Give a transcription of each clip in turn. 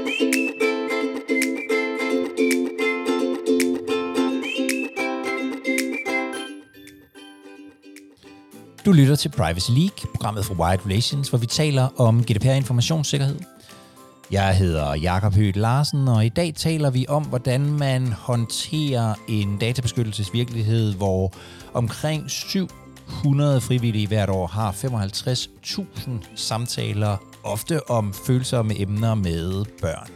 Du lytter til Privacy League, programmet for Wired Relations, hvor vi taler om GDPR-informationssikkerhed. Jeg hedder Jakob Høgh Larsen, og i dag taler vi om, hvordan man håndterer en databeskyttelsesvirkelighed, hvor omkring 700 frivillige hvert år har 55.000 samtaler, ofte om følsomme emner med børn.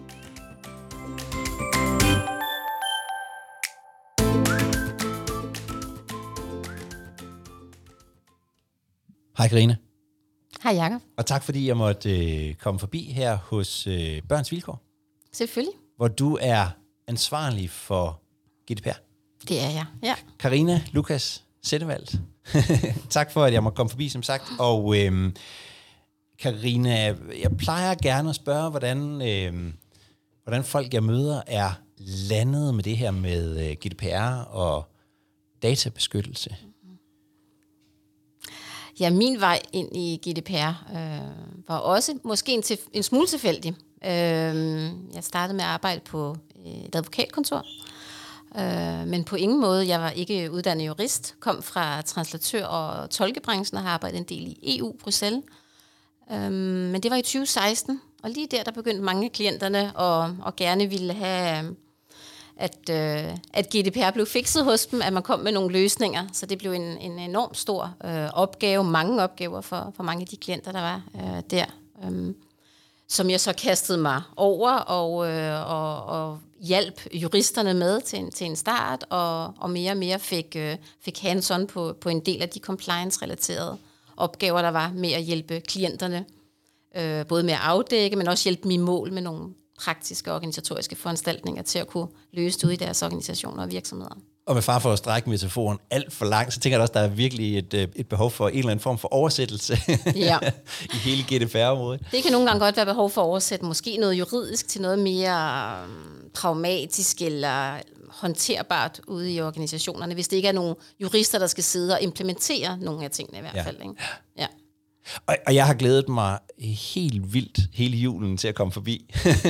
Hej Karina. Hej Jakob. Og tak fordi jeg måtte komme forbi her hos Børns Vilkår. Selvfølgelig. Hvor du er ansvarlig for GDPR. Det er jeg, ja. Karina Lukas Sættevald. Tak for, at jeg måtte komme forbi, som sagt. Og Karina, jeg plejer gerne at spørge, hvordan folk, jeg møder, er landet med det her med GDPR og databeskyttelse. Ja, min vej ind i GDPR var også måske en smule tilfældig. Jeg startede med at arbejde på et advokatkontor, men på ingen måde. Jeg var ikke uddannet jurist, kom fra translatør- og tolkebranchen og har arbejdet en del i EU, Bruxelles. Men det var i 2016, og lige der begyndte mange af klienterne og gerne ville have, at GDPR blev fikset hos dem, at man kom med nogle løsninger. Så det blev en enormt stor opgave, mange opgaver for mange af de klienter, der var der. Som jeg så kastede mig over og hjalp juristerne med til en start, og mere og mere fik hands-on på en del af de compliance-relaterede opgaver, der var med at hjælpe klienterne, både med at afdække, men også hjælpe dem i mål med nogle praktiske og organisatoriske foranstaltninger til at kunne løse det ude i deres organisationer og virksomheder. Og med far for at strække metaforen alt for langt, så tænker jeg også, der er virkelig et behov for en eller anden form for oversættelse ja. i hele GDPR-området. Det kan nogle gange godt være behov for at oversætte måske noget juridisk til noget mere pragmatisk eller håndterbart ude i organisationerne, hvis det ikke er nogle jurister, der skal sidde og implementere nogle af tingene i hvert fald. Ikke? Ja. Og jeg har glædet mig helt vildt hele julen til at komme forbi,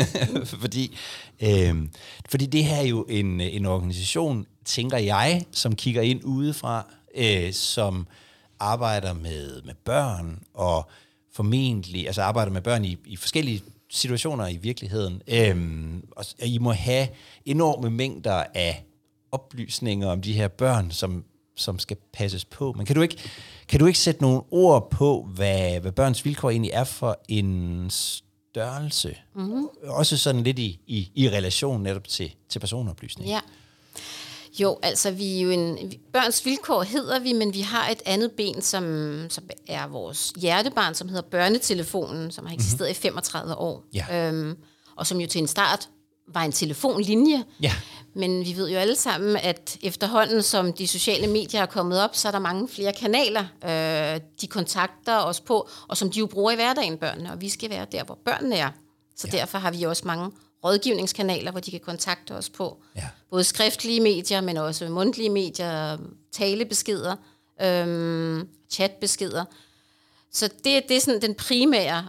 fordi det her er jo en organisation, tænker jeg, som kigger ind udefra, som arbejder med børn, og formentlig altså arbejder med børn i forskellige situationer i virkeligheden. Og I må have enorme mængder af oplysninger om de her børn, som skal passes på. Men kan du ikke sætte nogle ord på, hvad Børns Vilkår egentlig er for en størrelse? Mm-hmm. Også sådan lidt i relation netop til personoplysning. Ja. Jo, altså vi er jo Børns Vilkår hedder vi, men vi har et andet ben, som er vores hjertebarn, som hedder Børnetelefonen, som har eksisteret i 35 år. Ja. Og som jo til en start var en telefonlinje. Ja. Men vi ved jo alle sammen, at efterhånden, som de sociale medier er kommet op, så er der mange flere kanaler, de kontakter os på, og som de jo bruger i hverdagen, børnene. Og vi skal være der, hvor børnene er. Så derfor har vi også mange rådgivningskanaler, hvor de kan kontakte os på. Ja. Både skriftlige medier, men også mundtlige medier, talebeskeder, chatbeskeder. Så det er sådan den primære,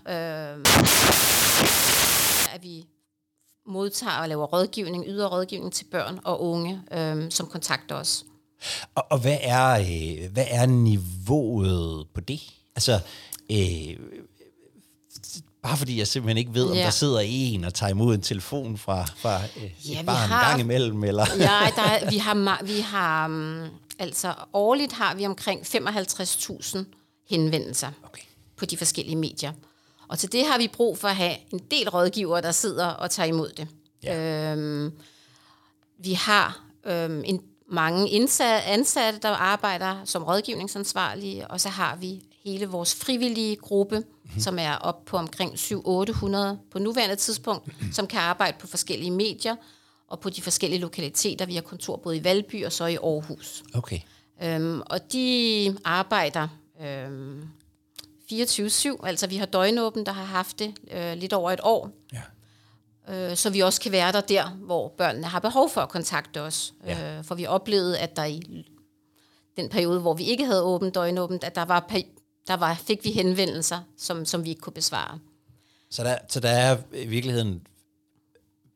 at vi modtager og laver rådgivning, yder rådgivning til børn og unge, som kontakter os. Og hvad er niveauet på det? Altså, bare fordi jeg simpelthen ikke ved, om der sidder en og tager imod en telefon fra et barn en gang imellem, eller? Vi har altså årligt har vi omkring 55.000 henvendelser på de forskellige medier. Og til det har vi brug for at have en del rådgivere, der sidder og tager imod det. Ja. Vi har mange ansatte, der arbejder som rådgivningsansvarlige, og så har vi hele vores frivillige gruppe, som er op på omkring 700-800 på nuværende tidspunkt, som kan arbejde på forskellige medier og på de forskellige lokaliteter. Vi har kontor både i Valby og så i Aarhus. Okay. Og de arbejder 24/7, altså vi har døgnåben, der har haft det lidt over et år. Ja. Så vi også kan være der, hvor børnene har behov for at kontakte os. Ja. For vi oplevede, at der i den periode, hvor vi ikke havde døgnåbent, at fik vi henvendelser, som vi ikke kunne besvare. Så der er i virkeligheden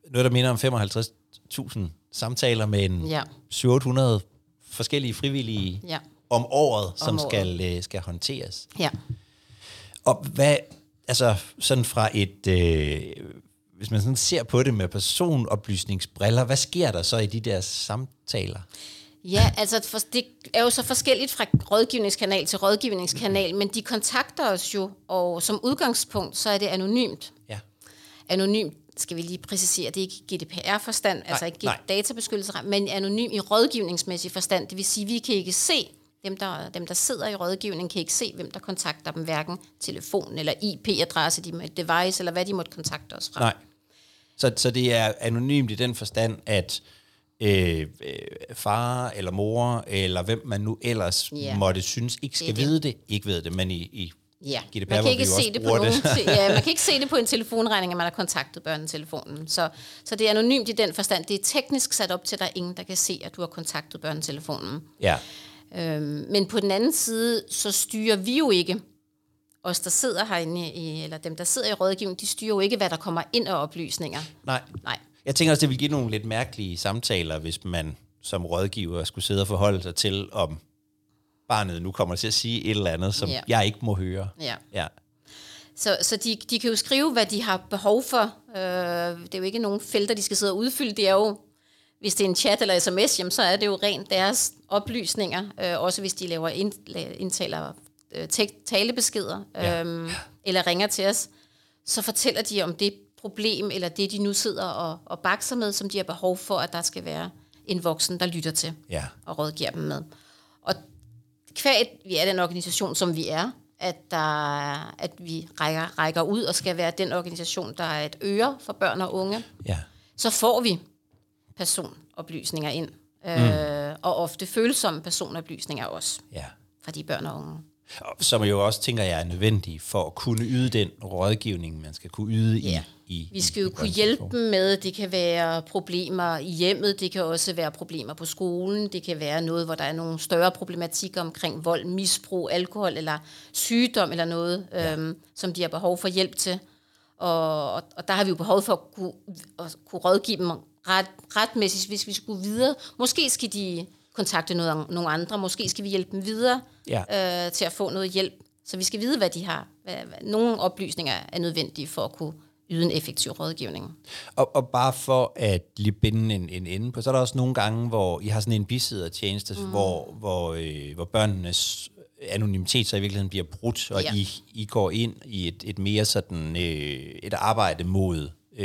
noget, der minder om 55.000 samtaler med en 700-800 forskellige frivillige om året, som skal håndteres. Ja. Og hvad, altså sådan fra et, hvis man sådan ser på det med personoplysningsbriller, hvad sker der så i de der samtaler? Ja, altså det er jo så forskelligt fra rådgivningskanal til rådgivningskanal, men de kontakter os jo, og som udgangspunkt, så er det anonymt. Ja. Anonymt, skal vi lige præcisere, det er ikke GDPR-forstand, altså ikke databeskyttelse, men anonym i rådgivningsmæssig forstand. Det vil sige, at vi kan ikke se, dem der sidder i rådgivning, kan ikke se, hvem der kontakter dem, hverken telefon eller IP-adresse, device, eller hvad de måtte kontakte os fra. Nej. Så det er anonymt i den forstand, at far eller mor, eller hvem man nu ellers måtte synes, ikke skal vide det, ikke ved det, men i GDPR, man kan ikke se det på nogen. Man kan ikke se det på en telefonregning, at man har kontaktet børnetelefonen. Så det er anonymt i den forstand. Det er teknisk sat op til, at der er ingen, der kan se, at du har kontaktet børnetelefonen. Ja. Men på den anden side, så styrer vi jo ikke, os der sidder herinde, eller dem der sidder i rådgivning, de styrer jo ikke, hvad der kommer ind af oplysninger. Nej. Jeg tænker også, det vil give nogle lidt mærkelige samtaler, hvis man som rådgiver skulle sidde og forholde sig til, om barnet nu kommer til at sige et eller andet, som jeg ikke må høre. Ja. Så de kan jo skrive, hvad de har behov for. Det er jo ikke nogen felter, de skal sidde og udfylde. Det er jo, hvis det er en chat eller sms, jamen, så er det jo rent deres oplysninger. Også hvis de laver indtaler talebeskeder eller ringer til os, så fortæller de om det problem, eller det, de nu sidder og bakser med, som de har behov for, at der skal være en voksen, der lytter til og rådgiver dem med. Og kvæg, vi er den organisation, som vi er, at vi rækker ud og skal være den organisation, der er et øre for børn og unge, så får vi personoplysninger ind. Og ofte følsomme personoplysninger også fra de børn og unge. Som jo også, tænker jeg, er nødvendige for at kunne yde den rådgivning, man skal kunne yde i vi skal jo kunne hjælpe dem med, det kan være problemer i hjemmet, det kan også være problemer på skolen, det kan være noget, hvor der er nogle større problematikker omkring vold, misbrug, alkohol eller sygdom eller noget, som de har behov for hjælp til. Og der har vi jo behov for at kunne rådgive dem retmæssigt, hvis vi skulle videre. Måske skal de kontakte nogle andre, måske skal vi hjælpe dem videre til at få noget hjælp. Så vi skal vide, hvad de har. Nogle oplysninger er nødvendige for at kunne yde en effektiv rådgivning. Og bare for at lige binde en ende på, så er der også nogle gange, hvor I har sådan en bisiddertjeneste, hvor børnenes anonymitet så i virkeligheden bliver brudt, og I går ind i et mere sådan et arbejde mod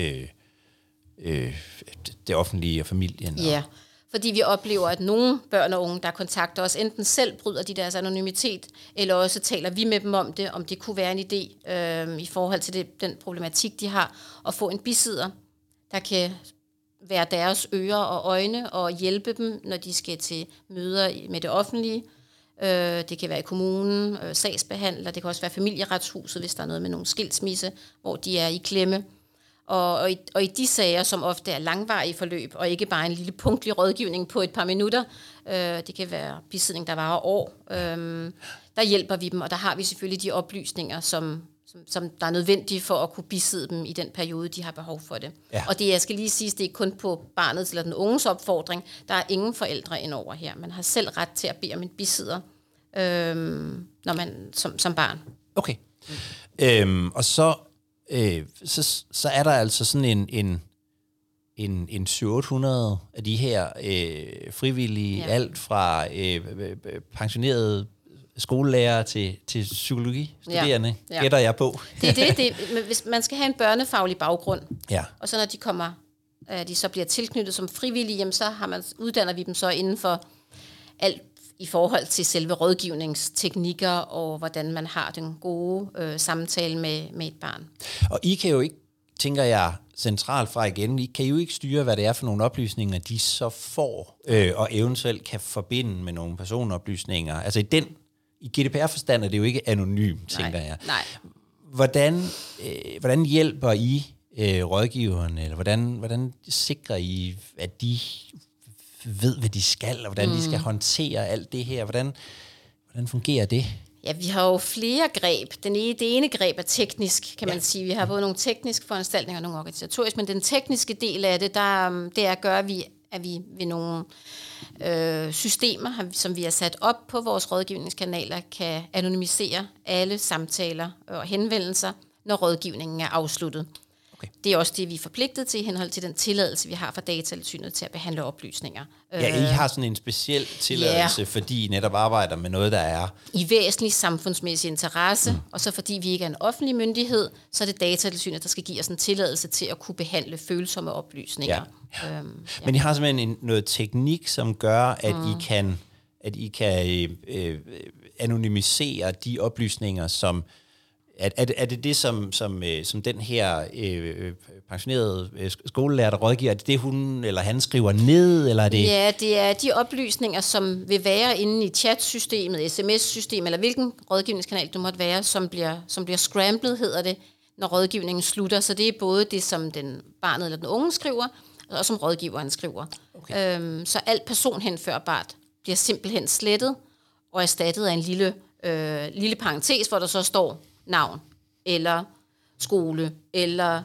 det offentlige og familien. Ja, fordi vi oplever, at nogle børn og unge, der kontakter os, enten selv bryder de deres anonymitet, eller også taler vi med dem om det kunne være en idé i forhold til den problematik, de har, at få en bisidder, der kan være deres ører og øjne og hjælpe dem, når de skal til møder med det offentlige. Det kan være i kommunen, sagsbehandler, det kan også være familieretshuset, hvis der er noget med nogle skilsmisse, hvor de er i klemme. Og i de sager, som ofte er langvarige forløb, og ikke bare en lille punktlig rådgivning på et par minutter, det kan være bisidning, der varer år, der hjælper vi dem, og der har vi selvfølgelig de oplysninger, som der er nødvendige for at kunne bisidde dem i den periode, de har behov for det. Ja. Og det, jeg skal lige sige, det er kun på barnets eller den unges opfordring. Der er ingen forældre indover her. Man har selv ret til at bede om en bisidder, når man som barn. Okay. Og så er der altså sådan en 700-800 af de her frivillige, alt fra pensionerede skolelærer til psykologistuderende, gætter jeg på. Det. Hvis man skal have en børnefaglig baggrund, og så når de kommer, de så bliver tilknyttet som frivillige, jamen, så uddanner vi dem så inden for alt i forhold til selve rådgivningsteknikker og hvordan man har den gode samtale med et barn. Og I kan jo ikke, tænker jeg, centralt fra igen, I kan jo ikke styre, hvad det er for nogle oplysninger, de så får, og eventuelt kan forbinde med nogle personoplysninger. Altså i GDPR-forstand er det jo ikke anonymt, tænker jeg. Nej. Hvordan hjælper I rådgiverne, eller hvordan sikrer I, at de ved, hvad de skal, og hvordan de skal håndtere alt det her? Hvordan fungerer det? Ja, vi har jo flere greb. Det ene greb er teknisk, kan man sige. Vi har både nogle tekniske foranstaltninger og nogle organisatoriske, men den tekniske del af det, det er at gøre, at vi ved nogle systemer, som vi har sat op på vores rådgivningskanaler, kan anonymisere alle samtaler og henvendelser, når rådgivningen er afsluttet. Okay. Det er også det, vi er forpligtet til i henhold til den tilladelse, vi har fra Datatilsynet til at behandle oplysninger. Ja, I har sådan en speciel tilladelse, fordi I netop arbejder med noget, der er i væsentlig samfundsmæssig interesse, og så fordi vi ikke er en offentlig myndighed, så er det Datatilsynet, der skal give os en tilladelse til at kunne behandle følsomme oplysninger. Ja. Men I har simpelthen noget teknik, som gør, at I kan anonymisere de oplysninger, som er det som den her pensionerede skolelærer, der rådgiver, er det hun eller han skriver ned, eller er det? Ja, det er de oplysninger, som vil være inde i chatsystemet, sms-systemet, eller hvilken rådgivningskanal du måtte være, som bliver scrambled, hedder det, når rådgivningen slutter. Så det er både det, som den barnet eller den unge skriver, og som rådgiveren skriver. Okay. Så alt personhenførbart bliver simpelthen slettet og erstattet af en lille parentes, hvor der så står navn eller skole, eller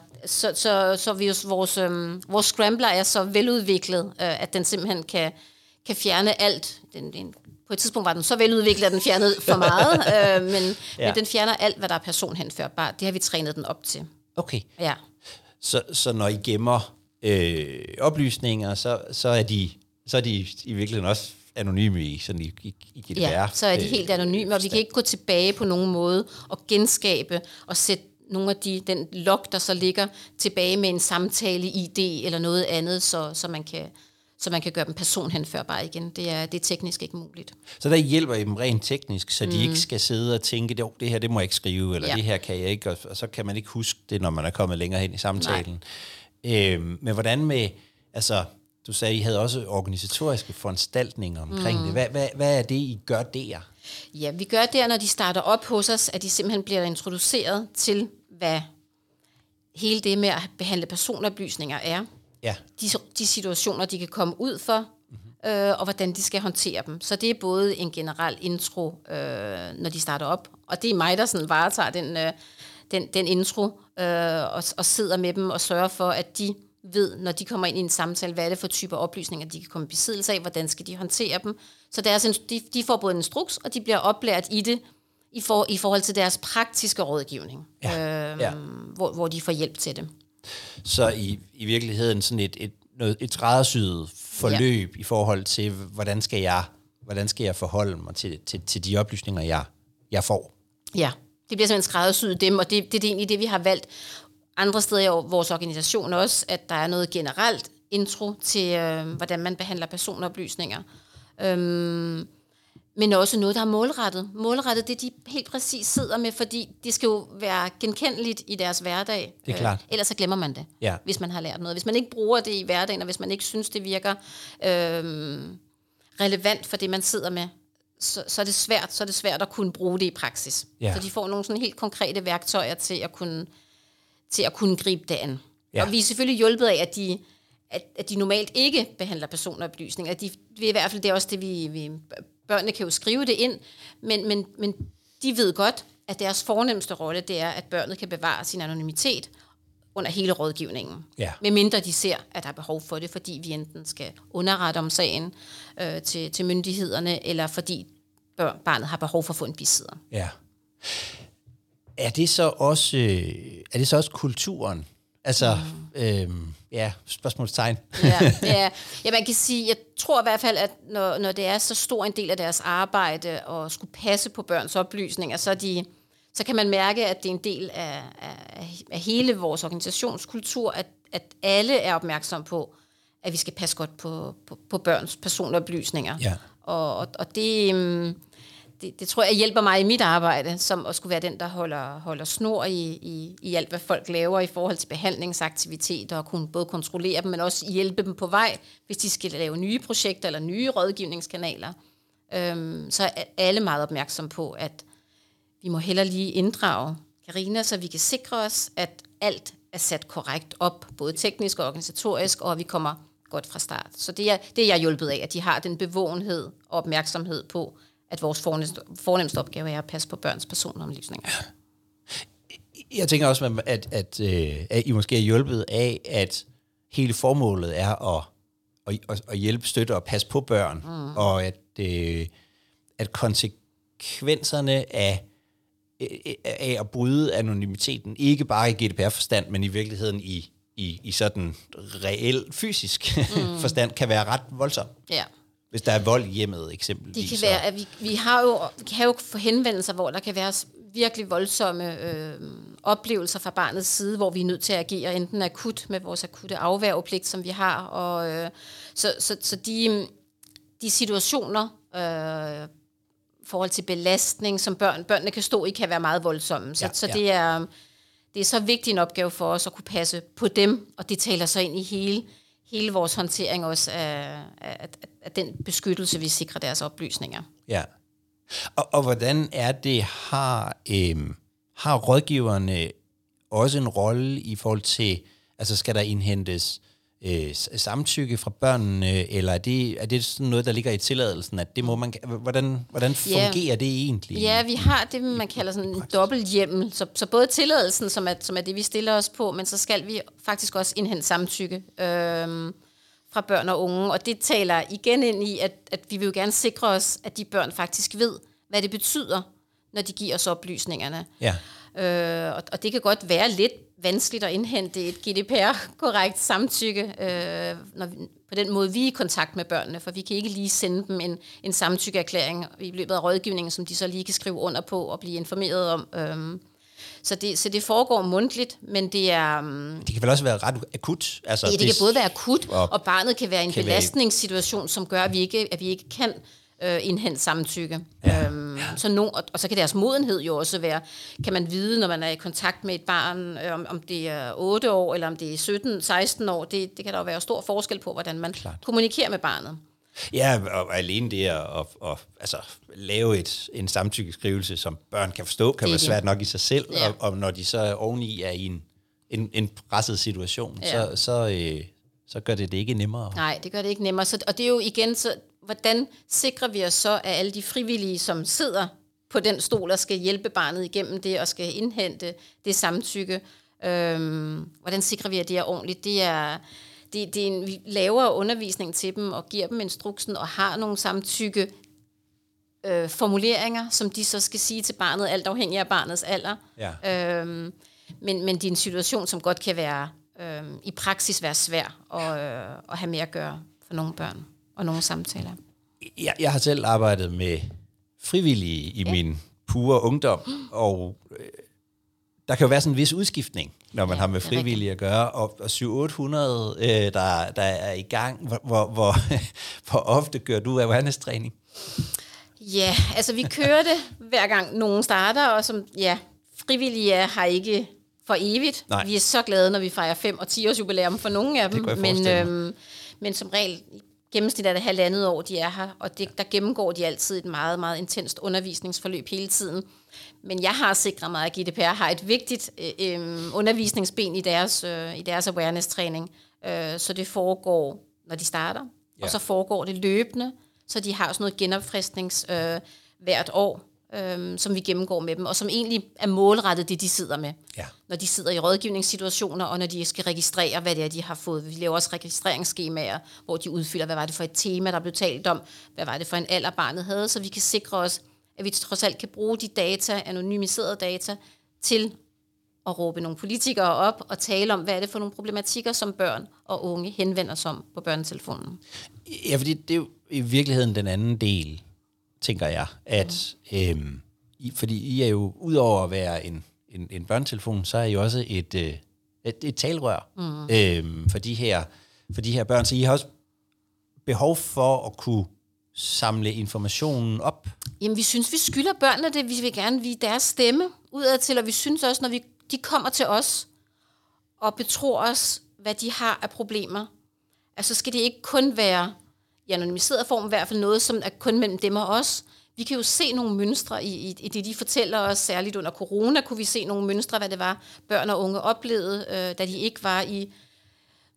så vores scrambler er så veludviklet, at den simpelthen kan fjerne alt. På et tidspunkt var den så veludviklet, at den fjernede for meget, men den fjerner alt, hvad der er personhenførbart. Det har vi trænet den op til. Okay. Ja. Så når I gemmer oplysninger, så er de i virkeligheden også anonyme i GDPR. Ja, så er de helt anonyme, og vi kan ikke gå tilbage på nogen måde og genskabe og sætte nogle af den log, der så ligger tilbage med en samtale-ID eller noget andet, så man kan gøre dem personhenførbare igen. Det er teknisk ikke muligt. Så der hjælper I dem rent teknisk, så de ikke skal sidde og tænke, det her det må jeg ikke skrive, eller det her kan jeg ikke, og så kan man ikke huske det, når man er kommet længere hen i samtalen. Men hvordan med, altså du sagde, I havde også organisatoriske foranstaltninger omkring det. Hvad er det, I gør der? Ja, vi gør der, når de starter op hos os, at de simpelthen bliver introduceret til, hvad hele det med at behandle personoplysninger er. Ja. De situationer, de kan komme ud for, og hvordan de skal håndtere dem. Så det er både en generel intro, når de starter op, og det er mig, der sådan varetager den intro, og sidder med dem og sørger for, at de ved, når de kommer ind i en samtale, hvad er det for typer oplysninger, de kan komme i besiddelse af, hvordan skal de håndtere dem. Så de får både en instruks, og de bliver oplært i det, i forhold til deres praktiske rådgivning, hvor de får hjælp til det. Så i virkeligheden sådan et skræddersyet forløb i forhold til, hvordan skal jeg forholde mig til de oplysninger, jeg får? Ja, det bliver simpelthen skræddersyet dem, og det er egentlig det, vi har valgt. Andre steder i vores organisation også, at der er noget generelt intro til, hvordan man behandler personoplysninger. Men også noget, der er målrettet. Målrettet, det de helt præcis sidder med, fordi det skal jo være genkendeligt i deres hverdag. Det er klart. Ellers så glemmer man det, hvis man har lært noget. Hvis man ikke bruger det i hverdagen, og hvis man ikke synes, det virker relevant for det, man sidder med, så er det svært at kunne bruge det i praksis. Ja. Så de får nogle sådan helt konkrete værktøjer til at kunne gribe det an. Ja. Og vi er selvfølgelig hjulpet af, at de normalt ikke behandler personoplysninger. Det er i hvert fald det er også det, vi børnene kan jo skrive det ind, men de ved godt, at deres fornemste rolle, det er, at børnene kan bevare sin anonymitet under hele rådgivningen. Ja. Medmindre de ser, at der er behov for det, fordi vi enten skal underrette om sagen til myndighederne, eller fordi barnet har behov for at få en bisidder. Ja. Er det så også kulturen? Altså, spørgsmålstegn. Ja, man kan sige, jeg tror i hvert fald, at når det er så stor en del af deres arbejde og skulle passe på børns oplysninger, så kan man mærke, at det er en del af hele vores organisationskultur, at alle er opmærksom på, at vi skal passe godt på børns personoplysninger. Ja. Og det tror jeg hjælper mig i mit arbejde, som at skulle være den, der holder snor i alt, hvad folk laver i forhold til behandlingsaktiviteter, og kunne både kontrollere dem, men også hjælpe dem på vej, hvis de skal lave nye projekter eller nye rådgivningskanaler. Så er alle meget opmærksom på, at vi må heller lige inddrage Karina, så vi kan sikre os, at alt er sat korrekt op, både teknisk og organisatorisk, og at vi kommer godt fra start. Så det er jeg hjulpet af, at de har den bevågenhed og opmærksomhed på, at vores fornemmeste opgave er at passe på børns personoplysninger. Jeg tænker også, at I måske er hjulpet af, at hele formålet er at hjælpe, støtte og passe på børn, og at konsekvenserne af at bryde anonymiteten, ikke bare i GDPR-forstand, men i virkeligheden i sådan reel fysisk forstand, kan være ret voldsom. Ja. Hvis der er vold i hjemmet eksempelvis. Det kan være, at vi kan jo få henvendelser, hvor der kan være virkelig voldsomme oplevelser fra barnets side, hvor vi er nødt til at agere enten akut med vores akutte afværgepligt, som vi har. Og, så de situationer, forhold til belastning, som børnene kan stå i, kan være meget voldsomme. Så det er så vigtig en opgave for os at kunne passe på dem, og det taler så ind i hele vores håndtering også af den beskyttelse, vi sikrer deres oplysninger. Ja. Og hvordan er det, har rådgiverne også en rolle i forhold til, altså skal der indhentes samtykke fra børnene, eller er det sådan noget, der ligger i tilladelsen, at det må man, hvordan fungerer det egentlig? Ja, vi har det, man kalder sådan en dobbelthjemmel, så både tilladelsen, som er det, vi stiller os på, men så skal vi faktisk også indhente samtykke fra børn og unge, og det taler igen ind i, at vi vil jo gerne sikre os, at de børn faktisk ved, hvad det betyder, når de giver os oplysningerne. Ja. Og det kan godt være lidt vanskeligt at indhente et GDPR-korrekt samtykke, på den måde, vi er i kontakt med børnene, for vi kan ikke lige sende dem en samtykkeerklæring i løbet af rådgivningen, som de så lige kan skrive under på og blive informeret om. Så det foregår mundtligt, men det er... Det kan vel også være ret akut? Altså, det kan både være akut, og barnet kan være i en belastningssituation, som gør, at vi ikke kan indhente samtykke. Ja. Og så kan deres modenhed jo også være, kan man vide, når man er i kontakt med et barn, om det er 8 år, eller om det er 17-16 år, det kan der jo være stor forskel på, hvordan man kommunikerer med barnet. Ja, og alene det at lave en samtykkeskrivelse, som børn kan forstå, kan være svært nok i sig selv, og når de så oveni er i en presset situation, så gør det ikke nemmere. Nej, det gør det ikke nemmere. Og det er jo igen, så hvordan sikrer vi os så, at alle de frivillige, som sidder på den stol og skal hjælpe barnet igennem det, og skal indhente det samtykke, hvordan sikrer vi, at det er ordentligt? Vi laver undervisning til dem og giver dem instruksen og har nogle samtykke formuleringer, som de så skal sige til barnet, alt afhængig af barnets alder. Ja. Men det er en situation, som godt kan være i praksis være svær at have mere at gøre for nogle børn og nogle samtaler. Jeg har selv arbejdet med frivillige i min pure ungdom, og der kan jo være sådan en vis udskiftning, når man har med frivillige at gøre, og 700-800, der er i gang. Hvor ofte gør du awareness-træning? Ja, altså vi kører det hver gang nogen starter, og som frivillige har ikke for evigt. Nej. Vi er så glade, når vi fejrer 5- og 10-års jubilæum for nogle af dem, men som regel gennemsnit er det 1,5 år, de er her, og der gennemgår de altid et meget, meget intenst undervisningsforløb hele tiden. Men jeg har sikret mig, at GDPR har et vigtigt undervisningsben i deres awareness-træning, så det foregår, når de starter, og så foregår det løbende, så de har sådan noget genopfrisknings hvert år, som vi gennemgår med dem, og som egentlig er målrettet det, de sidder med. Ja. Når de sidder i rådgivningssituationer, og når de skal registrere, hvad det er, de har fået. Vi laver også registreringsskemaer, hvor de udfylder, hvad var det for et tema, der blev talt om, hvad var det for en alder, barnet havde, så vi kan sikre os, at vi trods alt kan bruge de data, anonymiserede data, til at råbe nogle politikere op og tale om, hvad er det for nogle problematikker, som børn og unge henvender sig om på børnetelefonen. Ja, fordi det er jo i virkeligheden den anden del, tænker jeg, at fordi I er jo, udover at være en børnetelefon, så er I også et talerør for de her børn. Så I har også behov for at kunne samle informationen op. Jamen, vi synes, vi skylder børnene det. Vi vil gerne vide deres stemme udadtil, og vi synes også, når de kommer til os og betror os, hvad de har af problemer, altså skal det ikke kun være i anonymiseret form, i hvert fald noget, som er kun mellem dem og os. Vi kan jo se nogle mønstre i det, de fortæller os. Særligt under corona kunne vi se nogle mønstre, hvad det var, børn og unge oplevede, da de ikke var i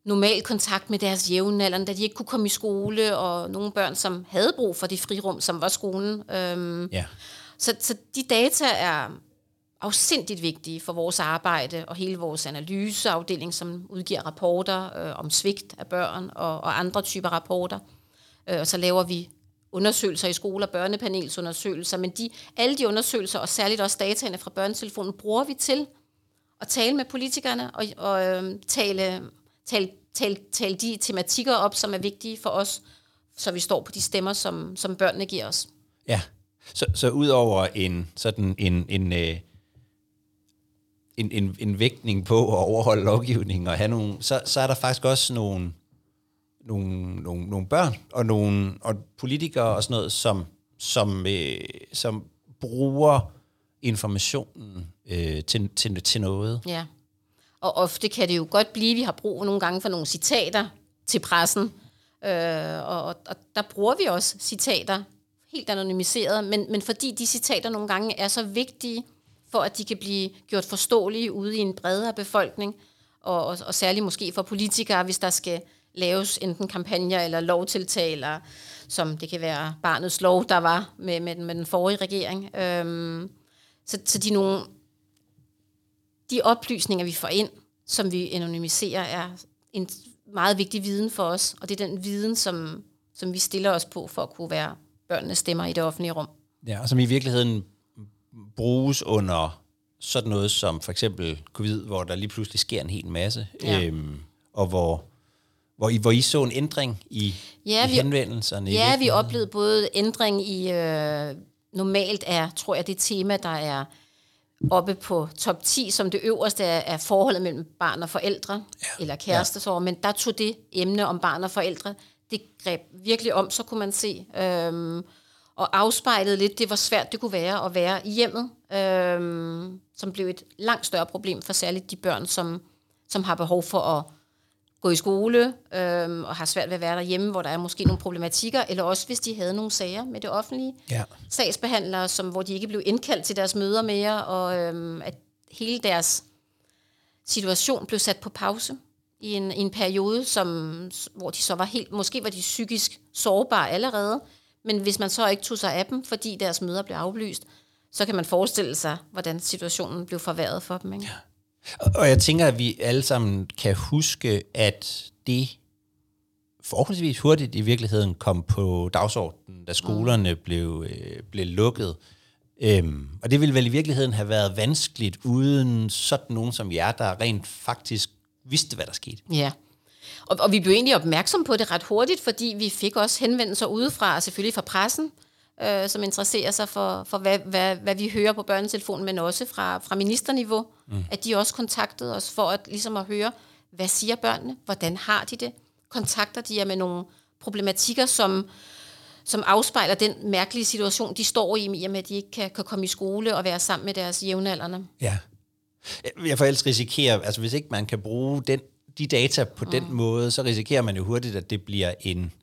normal kontakt med deres jævnaldrende, da de ikke kunne komme i skole, og nogle børn, som havde brug for det frirum, som var skolen. Så de data er afsindigt vigtige for vores arbejde, og hele vores analyseafdeling, som udgiver rapporter om svigt af børn og andre typer rapporter. Og så laver vi undersøgelser i skoler, børnepanelsundersøgelser, men alle de undersøgelser, og særligt også dataene fra børnetelefonen, bruger vi til at tale med politikerne og tale de tematikker op, som er vigtige for os, så vi står på de stemmer, som børnene giver os. Ja, så ud over en vægtning på at overholde lovgivningen og have nogle, så er der faktisk også nogle børn og politikere og sådan noget, som bruger informationen til noget. Ja, og ofte kan det jo godt blive, vi har brug nogle gange for nogle citater til pressen, og der bruger vi også citater, helt anonymiseret, men fordi de citater nogle gange er så vigtige, for at de kan blive gjort forståelige ude i en bredere befolkning, og særligt måske for politikere, hvis der skal laves enten kampagner eller lovtiltag, eller som det kan være barnets lov, der var med den forrige regering. Så de oplysninger, vi får ind, som vi anonymiserer, er en meget vigtig viden for os, og det er den viden, som vi stiller os på for at kunne være børnenes stemmer i det offentlige rum. Ja, og som i virkeligheden bruges under sådan noget som for eksempel covid, hvor der lige pludselig sker en hel masse, og hvor I så en ændring i henvendelserne? Ja, vi oplevede både ændring i, normalt tror jeg, det tema, der er oppe på top 10, som det øverste er forholdet mellem barn og forældre, eller kærestesorg, men der tog det emne om barn og forældre, det greb virkelig om, så kunne man se, og afspejlede lidt, det hvor svært det kunne være at være i hjemmet, som blev et langt større problem for særligt de børn, som har behov for at gå i skole, og har svært ved at være derhjemme, hvor der er måske nogle problematikker, eller også hvis de havde nogle sager med det offentlige. Sagsbehandlere, hvor de ikke blev indkaldt til deres møder mere, og at hele deres situation blev sat på pause i en periode, hvor de så var måske var de psykisk sårbare allerede, men hvis man så ikke tog sig af dem, fordi deres møder blev aflyst, så kan man forestille sig, hvordan situationen blev forværret for dem, ikke? Ja. Og jeg tænker, at vi alle sammen kan huske, at det forholdsvis hurtigt i virkeligheden kom på dagsordenen, da skolerne blev lukket. Og det ville vel i virkeligheden have været vanskeligt, uden sådan nogen som jer, der rent faktisk vidste, hvad der skete. Ja, og vi blev egentlig opmærksom på det ret hurtigt, fordi vi fik også henvendelser udefra, selvfølgelig fra pressen, som interesserer sig for hvad vi hører på børnetelefonen, men også fra ministerniveau, at de også kontaktede os for ligesom at høre, hvad siger børnene, hvordan har de det, kontakter de jer med nogle problematikker, som afspejler den mærkelige situation, de står i og med, at de ikke kan komme i skole og være sammen med deres jævnaldrende. Ja. Jeg får ellers risikere, altså hvis ikke man kan bruge de data på den måde, så risikerer man jo hurtigt, at det bliver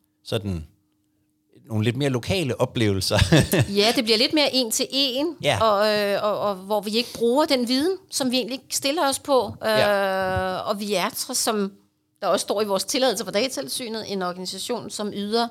nogle lidt mere lokale oplevelser. Ja, det bliver lidt mere en til en, og hvor vi ikke bruger den viden, som vi egentlig stiller os på. Og vi er, som der også står i vores tilladelse fra Datatilsynet, en organisation, som yder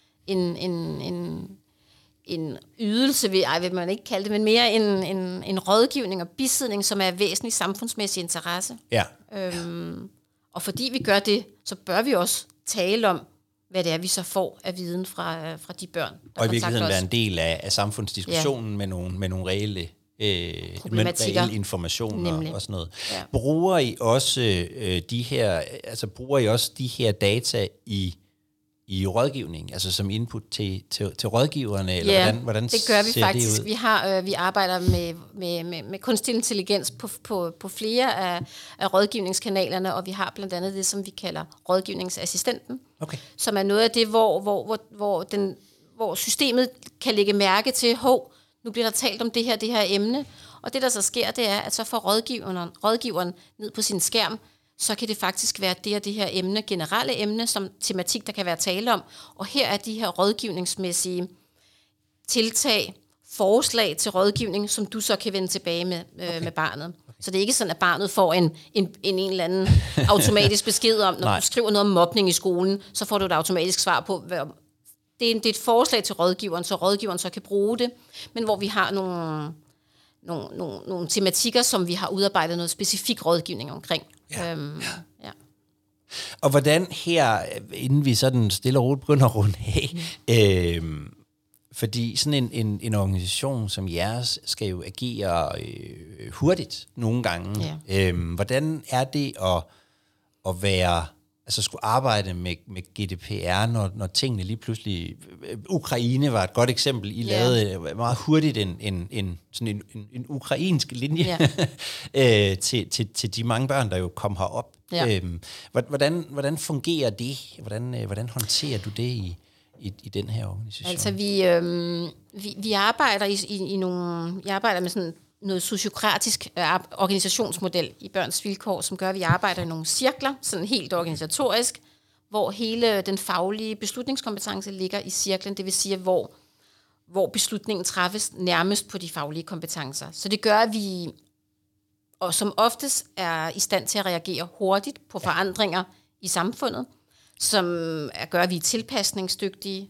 en ydelse, vil man ikke kalde det, men mere en rådgivning og bisidning, som er af væsentlig samfundsmæssig interesse. Ja. Og fordi vi gør det, så bør vi også tale om, hvad det er, vi så får af viden fra de børn, der og i virkeligheden være en del af samfundsdiskussionen med nogle reelle informationer og sådan noget. Ja. Bruger I også de her data i rådgivning, altså som input til rådgiverne, eller hvordan det gør vi faktisk. Vi arbejder med kunstig intelligens på flere af rådgivningskanalerne, og vi har blandt andet det, som vi kalder rådgivningsassistenten, som er noget af det, hvor systemet kan lægge mærke til, nu bliver der talt om det her emne, og det, der så sker, det er, at så får rådgiveren ned på sin skærm, så kan det faktisk være det her emne, generelle emne, som tematik, der kan være tale om. Og her er de her rådgivningsmæssige tiltag forslag til rådgivning, som du så kan vende tilbage med barnet. Okay. Så det er ikke sådan, at barnet får en eller anden automatisk besked om, når du skriver noget om mobning i skolen, så får du et automatisk svar på, det er et forslag til rådgiveren, så rådgiveren så kan bruge det, men hvor vi har nogle tematikker, som vi har udarbejdet noget specifik rådgivning omkring. Ja. Og hvordan her, inden vi sådan stille og roligt begynder at runde af, fordi sådan en organisation som jeres skal jo agere hurtigt nogle gange. Ja. Hvordan er det at være, altså skulle arbejde med GDPR, når tingene lige pludselig... Ukraine var et godt eksempel. I lavede meget hurtigt en ukrainsk linje til de mange børn, der jo kom herop. Ja. Hvordan fungerer det? Hvordan håndterer du det i den her organisation? Altså vi arbejder jeg arbejder med sådan noget sociokratisk organisationsmodel i Børns Vilkår, som gør, at vi arbejder i nogle cirkler, sådan helt organisatorisk, hvor hele den faglige beslutningskompetence ligger i cirklen, det vil sige, hvor beslutningen træffes nærmest på de faglige kompetencer. Så det gør, at vi og som oftest er i stand til at reagere hurtigt på forandringer i samfundet, som gør, at vi er tilpasningsdygtige,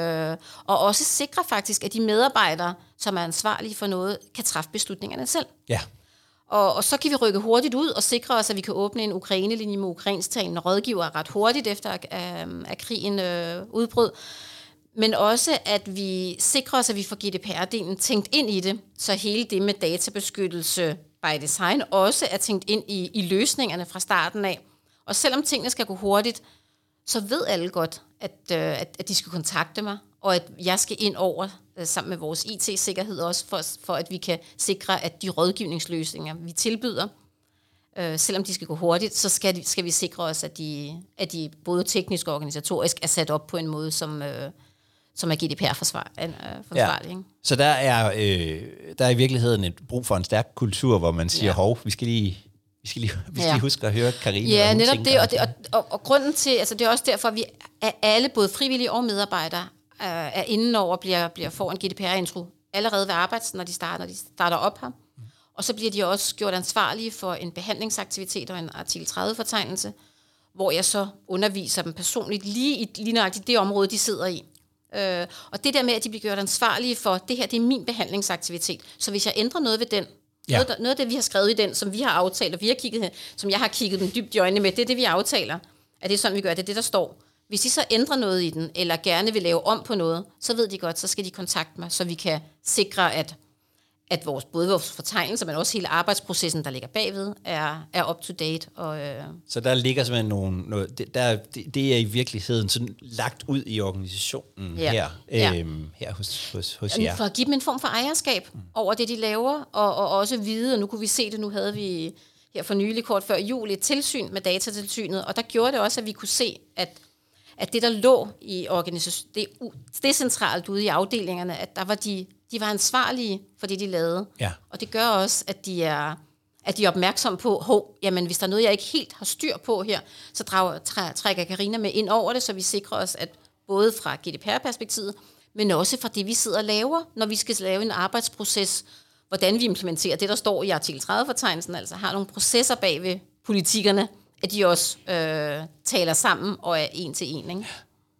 og også sikrer faktisk, at de medarbejdere, som er ansvarlige for noget, kan træffe beslutningerne selv. Ja. Og så kan vi rykke hurtigt ud og sikre os, at vi kan åbne en Ukraine-linje med ukrainsktalende rådgivere ret hurtigt efter at krigen udbrød. Men også, at vi sikrer os, at vi får GDPR-delen tænkt ind i det, så hele det med databeskyttelse by design også er tænkt ind i løsningerne fra starten af. Og selvom tingene skal gå hurtigt, så ved alle godt, at de skal kontakte mig, og at jeg skal ind over sammen med vores IT-sikkerhed også, for at vi kan sikre, at de rådgivningsløsninger, vi tilbyder, selvom de skal gå hurtigt, så skal vi sikre os, at de både teknisk og organisatorisk er sat op på en måde, som er GDPR-forsvarlig. Ja. Så der er i virkeligheden et brug for en stærk kultur, hvor man siger, hov, vi skal lige huske at høre Karina. Ja, netop det, og grunden til, altså det er også derfor, at vi er alle, både frivillige og medarbejdere, er indenover, får en GDPR-intro allerede ved arbejds, når de starter op her. Og så bliver de også gjort ansvarlige for en behandlingsaktivitet og en artikel 30-fortegnelse, hvor jeg så underviser dem personligt lige nøjagtigt det område, de sidder i. Og det der med, at de bliver gjort ansvarlige for, det her, det er min behandlingsaktivitet. Så hvis jeg ændrer noget ved den, noget af det, vi har skrevet i den, som vi har aftalt, og som jeg har kigget dem dybt i øjnene med, det er det, vi aftaler. At det er sådan, vi gør, det er det, der står. Hvis de så ændrer noget i den, eller gerne vil lave om på noget, så ved de godt, så skal de kontakte mig, så vi kan sikre, at både vores fortegnelser, men også hele arbejdsprocessen, der ligger bagved, er up to date. Så der ligger simpelthen det er i virkeligheden sådan lagt ud i organisationen her hos jer. For at give dem en form for ejerskab over det, de laver, og også vide, og nu kunne vi se det, nu havde vi her for nylig kort før jul et tilsyn med Datatilsynet, og der gjorde det også, at vi kunne se, at det, der lå i organisationen, det centralt ude i afdelingerne, at der var de var ansvarlige for det, de lavede. Ja. Og det gør også, at de er opmærksomme på, jamen hvis der er noget, jeg ikke helt har styr på her, så trækker Karina med ind over det, så vi sikrer os, at både fra GDPR-perspektivet, men også fra det, vi sidder og laver, når vi skal lave en arbejdsproces, hvordan vi implementerer det, der står i artikel 30-fortegnelsen, altså har nogle processer bag ved politikerne, at de også taler sammen og er en til en. Ikke?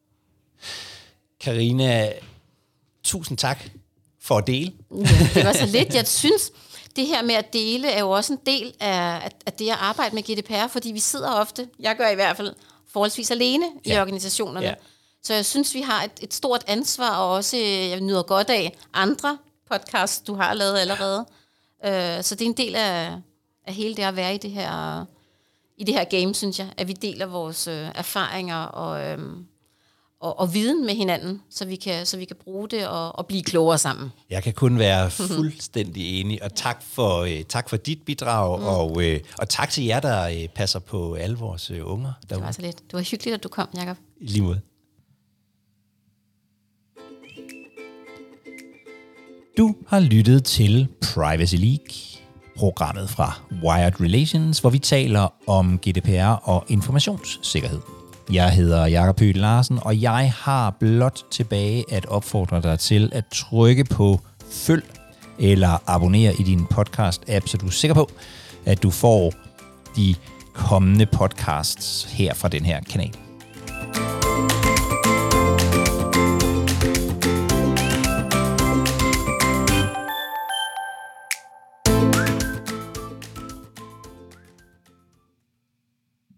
Karina, tusind tak for at dele. Ja, det var så lidt. Jeg synes, det her med at dele er jo også en del af det at arbejde med GDPR, fordi vi sidder ofte, jeg gør i hvert fald, forholdsvis alene i organisationerne. Ja. Så jeg synes, vi har et stort ansvar, og også jeg nyder godt af andre podcasts, du har lavet allerede. Så det er en del af hele det at være i det her game, synes jeg, at vi deler vores erfaringer og viden med hinanden, så vi kan bruge det og blive klogere sammen. Jeg kan kun være fuldstændig enig, og tak for dit bidrag, og tak til jer, der passer på alle vores unger derude. Det var så lidt. Det var hyggeligt, at du kom, Jacob. I lige måde. Du har lyttet til Privacy League, programmet fra Wired Relations, hvor vi taler om GDPR og informationssikkerhed. Jeg hedder Jacob Høgh Larsen, og jeg har blot tilbage at opfordre dig til at trykke på følg eller abonner i din podcast-app, så du er sikker på, at du får de kommende podcasts her fra den her kanal.